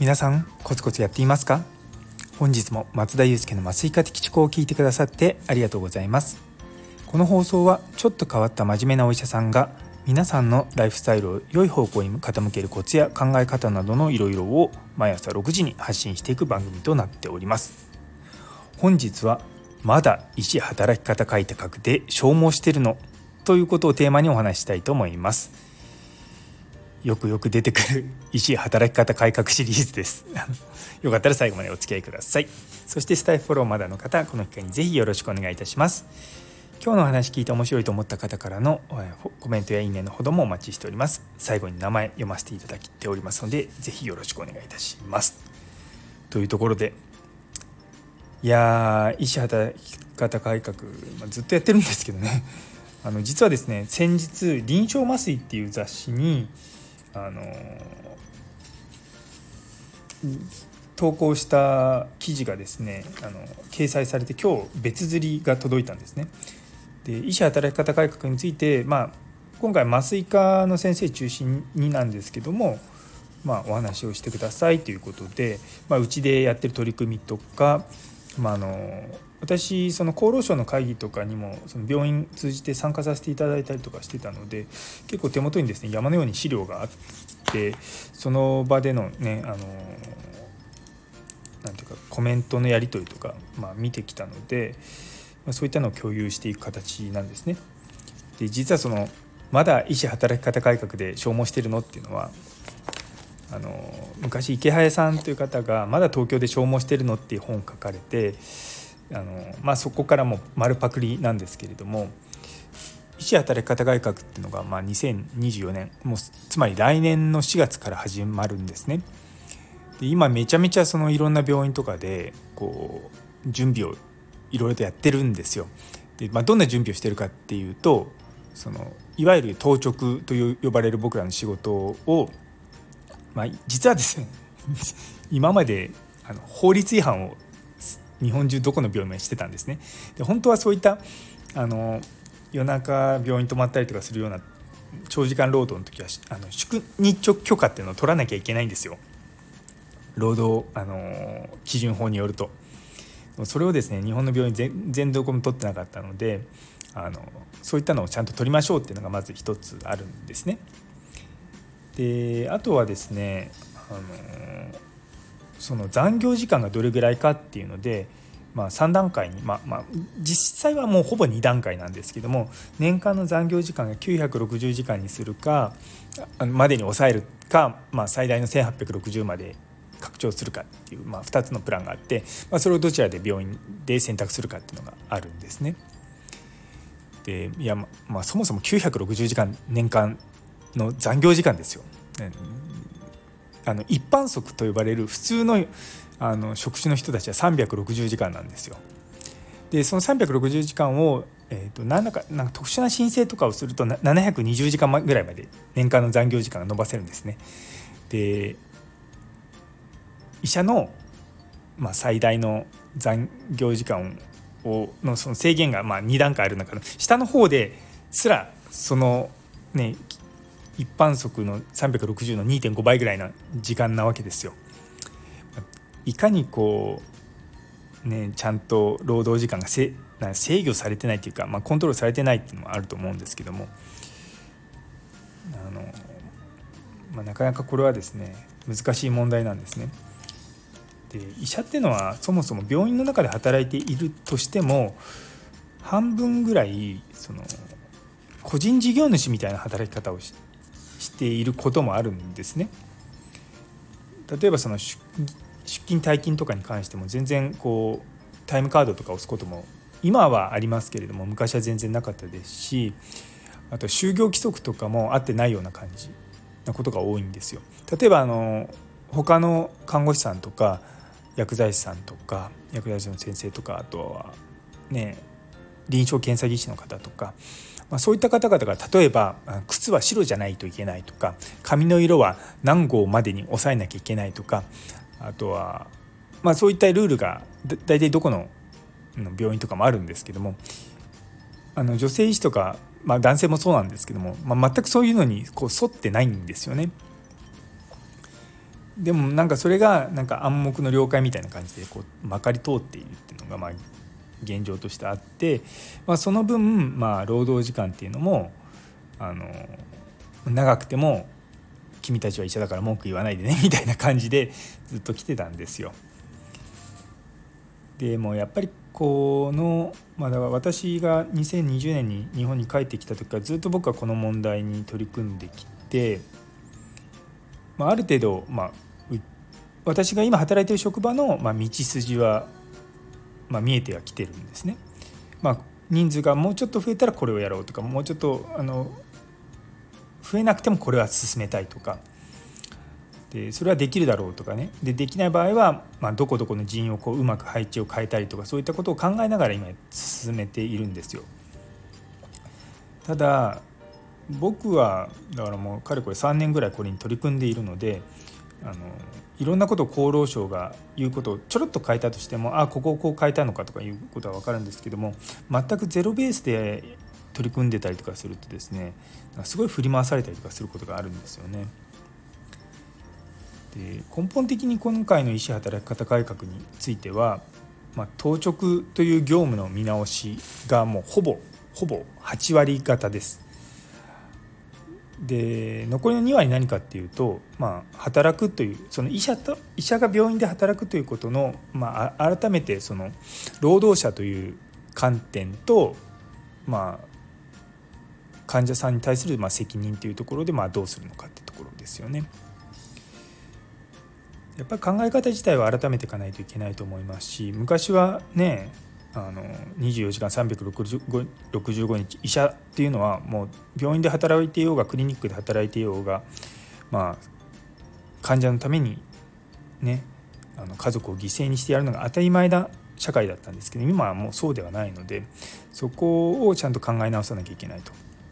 皆さんコツコツやっていますか？本日も松田祐介の麻酔科的思考を聞いてくださってありがとうございます。この放送はちょっと変わった真面目なお医者さんが皆さんのライフスタイルを良い方向に傾けるコツや考え方などのいろいろを毎朝6時に発信していく番組となっております。本日はまだ医師働き方改革で消耗してるのということをテーマにお話ししたいと思います。よく出てくる医師働き方改革シリーズですよかったら最後までお付き合いください。そしてスタイフフォローまだの方、この機会にぜひよろしくお願いいたします。今日のお話聞いて面白いと思った方からのコメントやいいねのほどもお待ちしております。最後に名前読ませていただきておりますので、ぜひよろしくお願いいたします。というところで、医師働き方改革、ずっとやってるんですけどね実はですね、先日臨床麻酔っていう雑誌に投稿した記事がですね掲載されて、今日別釣りが届いたんですね。で、医師働き方改革について、今回麻酔科の先生中心になんですけども、お話をしてくださいということで、うちでやってる取り組みとか、私その厚労省の会議とかにもその病院通じて参加させていただいたりとかしてたので、結構手元にですね山のように資料があって、その場でのねなんていうかコメントのやり取りとか、見てきたので、そういったのを共有していく形なんですね。で、実はそのまだ医師働き方改革で消耗してるのっていうのは、昔池早さんという方がまだ東京で消耗してるのっていう本を書かれて、そこからも丸パクリなんですけれども、医師働き方改革っていうのが2024年もうつまり来年の4月から始まるんですね。で、今めちゃめちゃそのいろんな病院とかでこう準備をいろいろとやってるんですよ。で、どんな準備をしてるかっていうと、そのいわゆる当直と呼ばれる僕らの仕事を、実はですね今まで法律違反を日本中どこの病院もしてたんですね。で、本当はそういった夜中病院泊まったりとかするような長時間労働の時は宿日許可っていうのを取らなきゃいけないんですよ、労働基準法によると。それをですね日本の病院全どこも取ってなかったので、そういったのをちゃんと取りましょうっていうのがまず一つあるんですね。で、あとはですねその残業時間がどれぐらいかっていうので、3段階に、実際はもうほぼ2段階なんですけども、年間の残業時間が960時間にするかまでに抑えるか、最大の1860まで拡張するかっていう、2つのプランがあって、それをどちらで病院で選択するかっていうのがあるんですね。で、そもそも960時間年間の残業時間ですよ。一般職と呼ばれる普通の職種の人たちは360時間なんですよ。で、その360時間を、なんか特殊な申請とかをすると720時間ぐらいまで年間の残業時間が伸ばせるんですね。で、医者の、最大の残業時間のその制限が2段階ある中の下の方ですらそのね一般職の360の 2.5 倍ぐらいな時間なわけですよ。いかにこうねちゃんと労働時間が制御されてないというか、コントロールされてないっていうのもあると思うんですけども、なかなかこれはですね難しい問題なんですね。で、医者っていうのはそもそも病院の中で働いているとしても半分ぐらいその個人事業主みたいな働き方をしていることもあるんですね。例えばその出勤退勤とかに関しても全然こうタイムカードとか押すことも今はありますけれども、昔は全然なかったですし、あと就業規則とかも合ってないような感じなことが多いんですよ。例えば他の看護師さんとか薬剤師さんとか薬剤師の先生とか、あとはね臨床検査技師の方とか、そういった方々が例えば靴は白じゃないといけないとか、髪の色は何号までに抑えなきゃいけないとか、あとはそういったルールが大体どこの病院とかもあるんですけども、女性医師とか、男性もそうなんですけども、全くそういうのにこう沿ってないんですよね。 でもなんかそれがなんか暗黙の了解みたいな感じでこうまかり通っているっていうのがまあ現状としてあって、その分労働時間っていうのも長くても君たちは医者だから文句言わないでねみたいな感じでずっと来てたんですよ。でもやっぱりこの、だから私が2020年に日本に帰ってきた時からずっと僕はこの問題に取り組んできて、ある程度、私が今働いている職場の、道筋は、見えてはきてるんですね。人数がもうちょっと増えたらこれをやろうとか、もうちょっと増えなくてもこれは進めたいとかで、それはできるだろうとかね、できない場合は、どこどこの人員をこううまく配置を変えたりとか、そういったことを考えながら今進めているんですよ。ただ僕はだからもうかれこれ3年ぐらいこれに取り組んでいるので、いろんなことを厚労省が言うことをちょろっと変えたとしても、ここをこう変えたのかとかいうことは分かるんですけども、全くゼロベースで取り組んでたりとかするとですね、すごい振り回されたりとかすることがあるんですよね。で根本的に今回の医師働き方改革については、当直という業務の見直しがもうほぼ8割方です。で残りの2割何かっていうと、働くというその医者が病院で働くということの、改めてその労働者という観点と、患者さんに対する責任というところでどうするのかってところですよね。やっぱり考え方自体は改めていかないといけないと思いますし、昔はね24時間365日医者っていうのはもう病院で働いていようがクリニックで働いていようが、患者のためにね家族を犠牲にしてやるのが当たり前な社会だったんですけど、今はもうそうではないので、そこをちゃんと考え直さなきゃいけないと。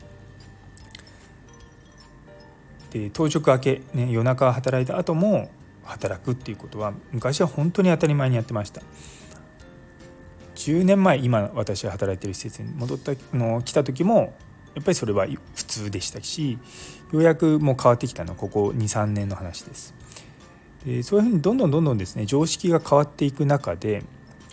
で当直明け、夜中働いた後も働くっていうことは昔は本当に当たり前にやってました。10年前今私が働いている施設に来た時もやっぱりそれは普通でしたし、ようやくもう変わってきたのはここ 2,3 年の話です。でそういうふうにどんどんですね常識が変わっていく中で、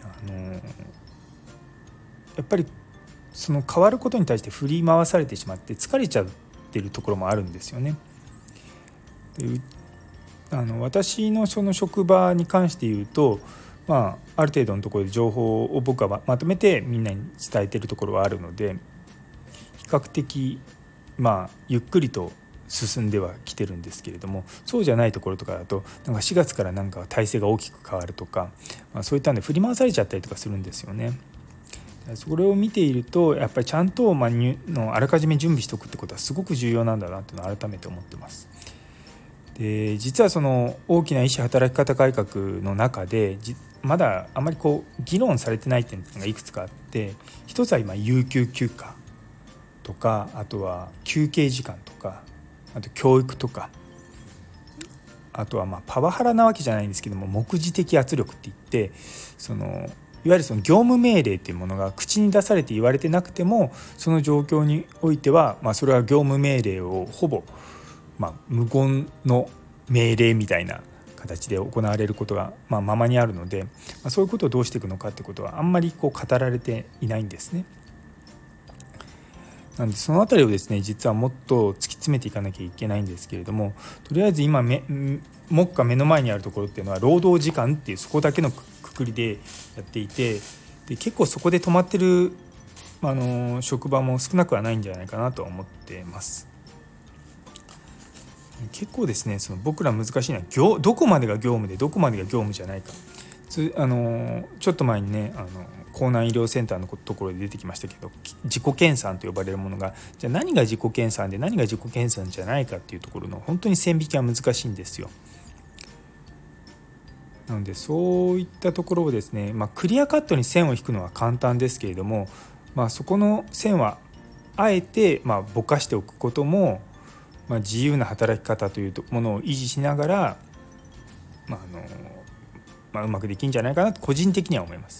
やっぱりその変わることに対して振り回されてしまって疲れちゃってるところもあるんですよね。で私のその職場に関して言うと、ある程度のところで情報を僕はまとめてみんなに伝えているところはあるので、比較的ゆっくりと進んではきてるんですけれども、そうじゃないところとかだと4月から体制が大きく変わるとか、そういったので振り回されちゃったりとかするんですよね。それを見ているとやっぱりちゃんとあらかじめ準備しておくってことはすごく重要なんだなというのを改めて思ってます。で実はその大きな医師働き方改革の中でまだあまり議論されてない点がいくつかあって、一つは今有給休暇とか、あとは休憩時間とか、あと教育とか、あとはパワハラなわけじゃないんですけども目次的圧力っていって、いわゆるその業務命令っていうものが口に出されて言われてなくても、その状況においてはそれは業務命令をほぼ無言の命令みたいな形で行われることがままにあるので、そういうことをどうしていくのかってことはあんまり語られていないんですね。なのでそのあたりをですね実はもっと突き詰めていかなきゃいけないんですけれども、とりあえず今目の前にあるところっていうのは労働時間っていうそこだけのくくりでやっていて、で結構そこで止まってる職場も少なくはないんじゃないかなと思っています。結構ですね僕ら難しいのはどこまでが業務でどこまでが業務じゃないか。ちょっと前にね江南医療センターのところで出てきましたけど、自己研鑽と呼ばれるものがじゃあ何が自己研鑽で何が自己研鑽じゃないかっていうところの本当に線引きは難しいんですよ。なのでそういったところをですね、クリアカットに線を引くのは簡単ですけれども、そこの線はあえてぼかしておくことも、自由な働き方というものを維持しながら、うまくできるんじゃないかなと個人的には思います。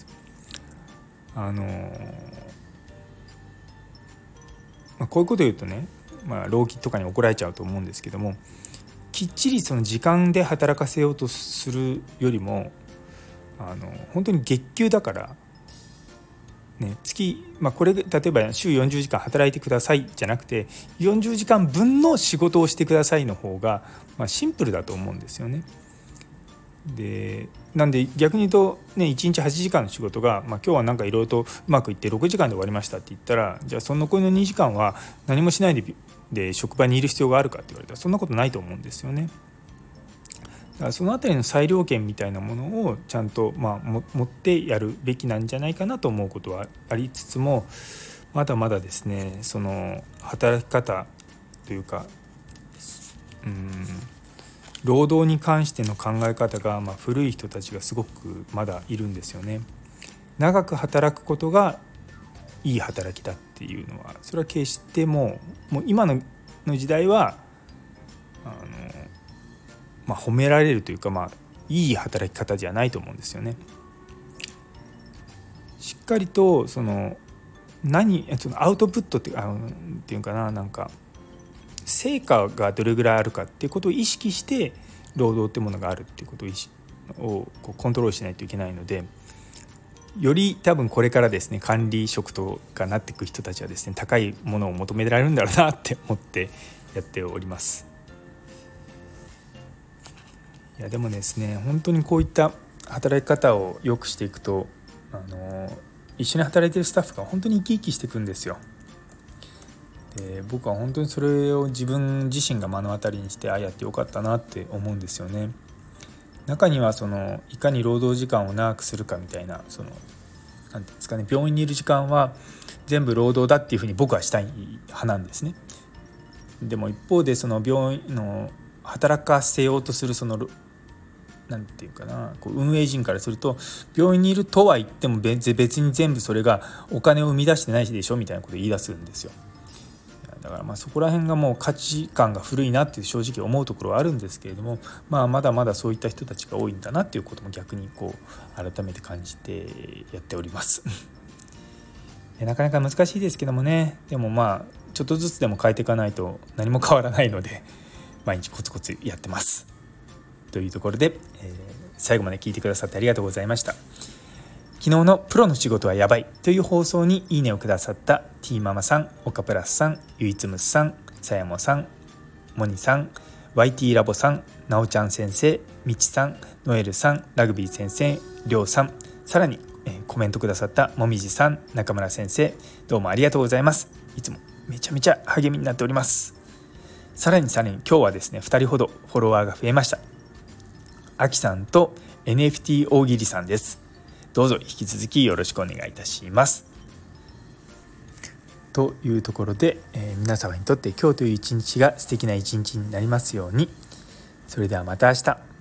こういうことを言うとね、労基とかに怒られちゃうと思うんですけども、ききっちりその時間で働かせようとするよりも本当に月給だからね、月、これ例えば週40時間働いてくださいじゃなくて40時間分の仕事をしてくださいの方が、シンプルだと思うんですよね。なんで逆に言うと、1日8時間の仕事が、今日はなんかいろいろとうまくいって6時間で終わりましたって言ったら、じゃあその残りの2時間は何もしないで職場にいる必要があるかって言われたらそんなことないと思うんですよね。だからそのあたりの裁量権みたいなものをちゃんと、持ってやるべきなんじゃないかなと思うことはありつつも、まだまだですね、その働き方というか、労働に関しての考え方が、古い人たちがすごくまだいるんですよね。長く働くことがいい働きだっていうのは、それは決してもう今の時代は褒められるというか、いい働き方じゃないと思うんですよね。しっかりとそのアウトプットっていうかな、なんか成果がどれぐらいあるかっていうことを意識して労働っていうものがあるっていうことをコントロールしないといけないので、より多分これからですね、管理職とかなっていく人たちはですね、高いものを求められるんだろうなって思ってやっております。いやでもですね、本当にこういった働き方を良くしていくと一緒に働いているスタッフが本当に生き生きしていくんですよ。で僕は本当にそれを自分自身が目の当たりにしてやってよかったなって思うんですよね。中にはいかに労働時間を長くするかみたいな、なんていうんですかね、病院にいる時間は全部労働だっていうふうに僕はしたい派なんですね。でも一方でその病院の働かせようとするなんていうかな、運営陣からすると、病院にいるとは言っても別に全部それがお金を生み出してないでしょみたいなことを言い出すんですよ。だからそこら辺がもう価値観が古いなって正直思うところはあるんですけれども、まだまだそういった人たちが多いんだなっていうことも逆に改めて感じてやっておりますなかなか難しいですけどもね。でもちょっとずつでも変えていかないと何も変わらないので、毎日コツコツやってますというところで、最後まで聞いてくださってありがとうございました。昨日のプロの仕事はやばいという放送にいいねをくださった T ママさん、オカプラスさん、ゆいつむさん、さやもさん、もにさん、YT ラボさん、なおちゃん先生、みちさん、ノエルさん、ラグビー先生、りょうさん、さらに、コメントくださったもみじさん、中村先生、どうもありがとうございます。いつもめちゃめちゃ励みになっております。さらに今日はですね、2人ほどフォロワーが増えました。あきさんと NFT 大喜利さんです。どうぞ引き続きよろしくお願いいたします。というところで、皆様にとって今日という一日が素敵な一日になりますように。それではまた明日。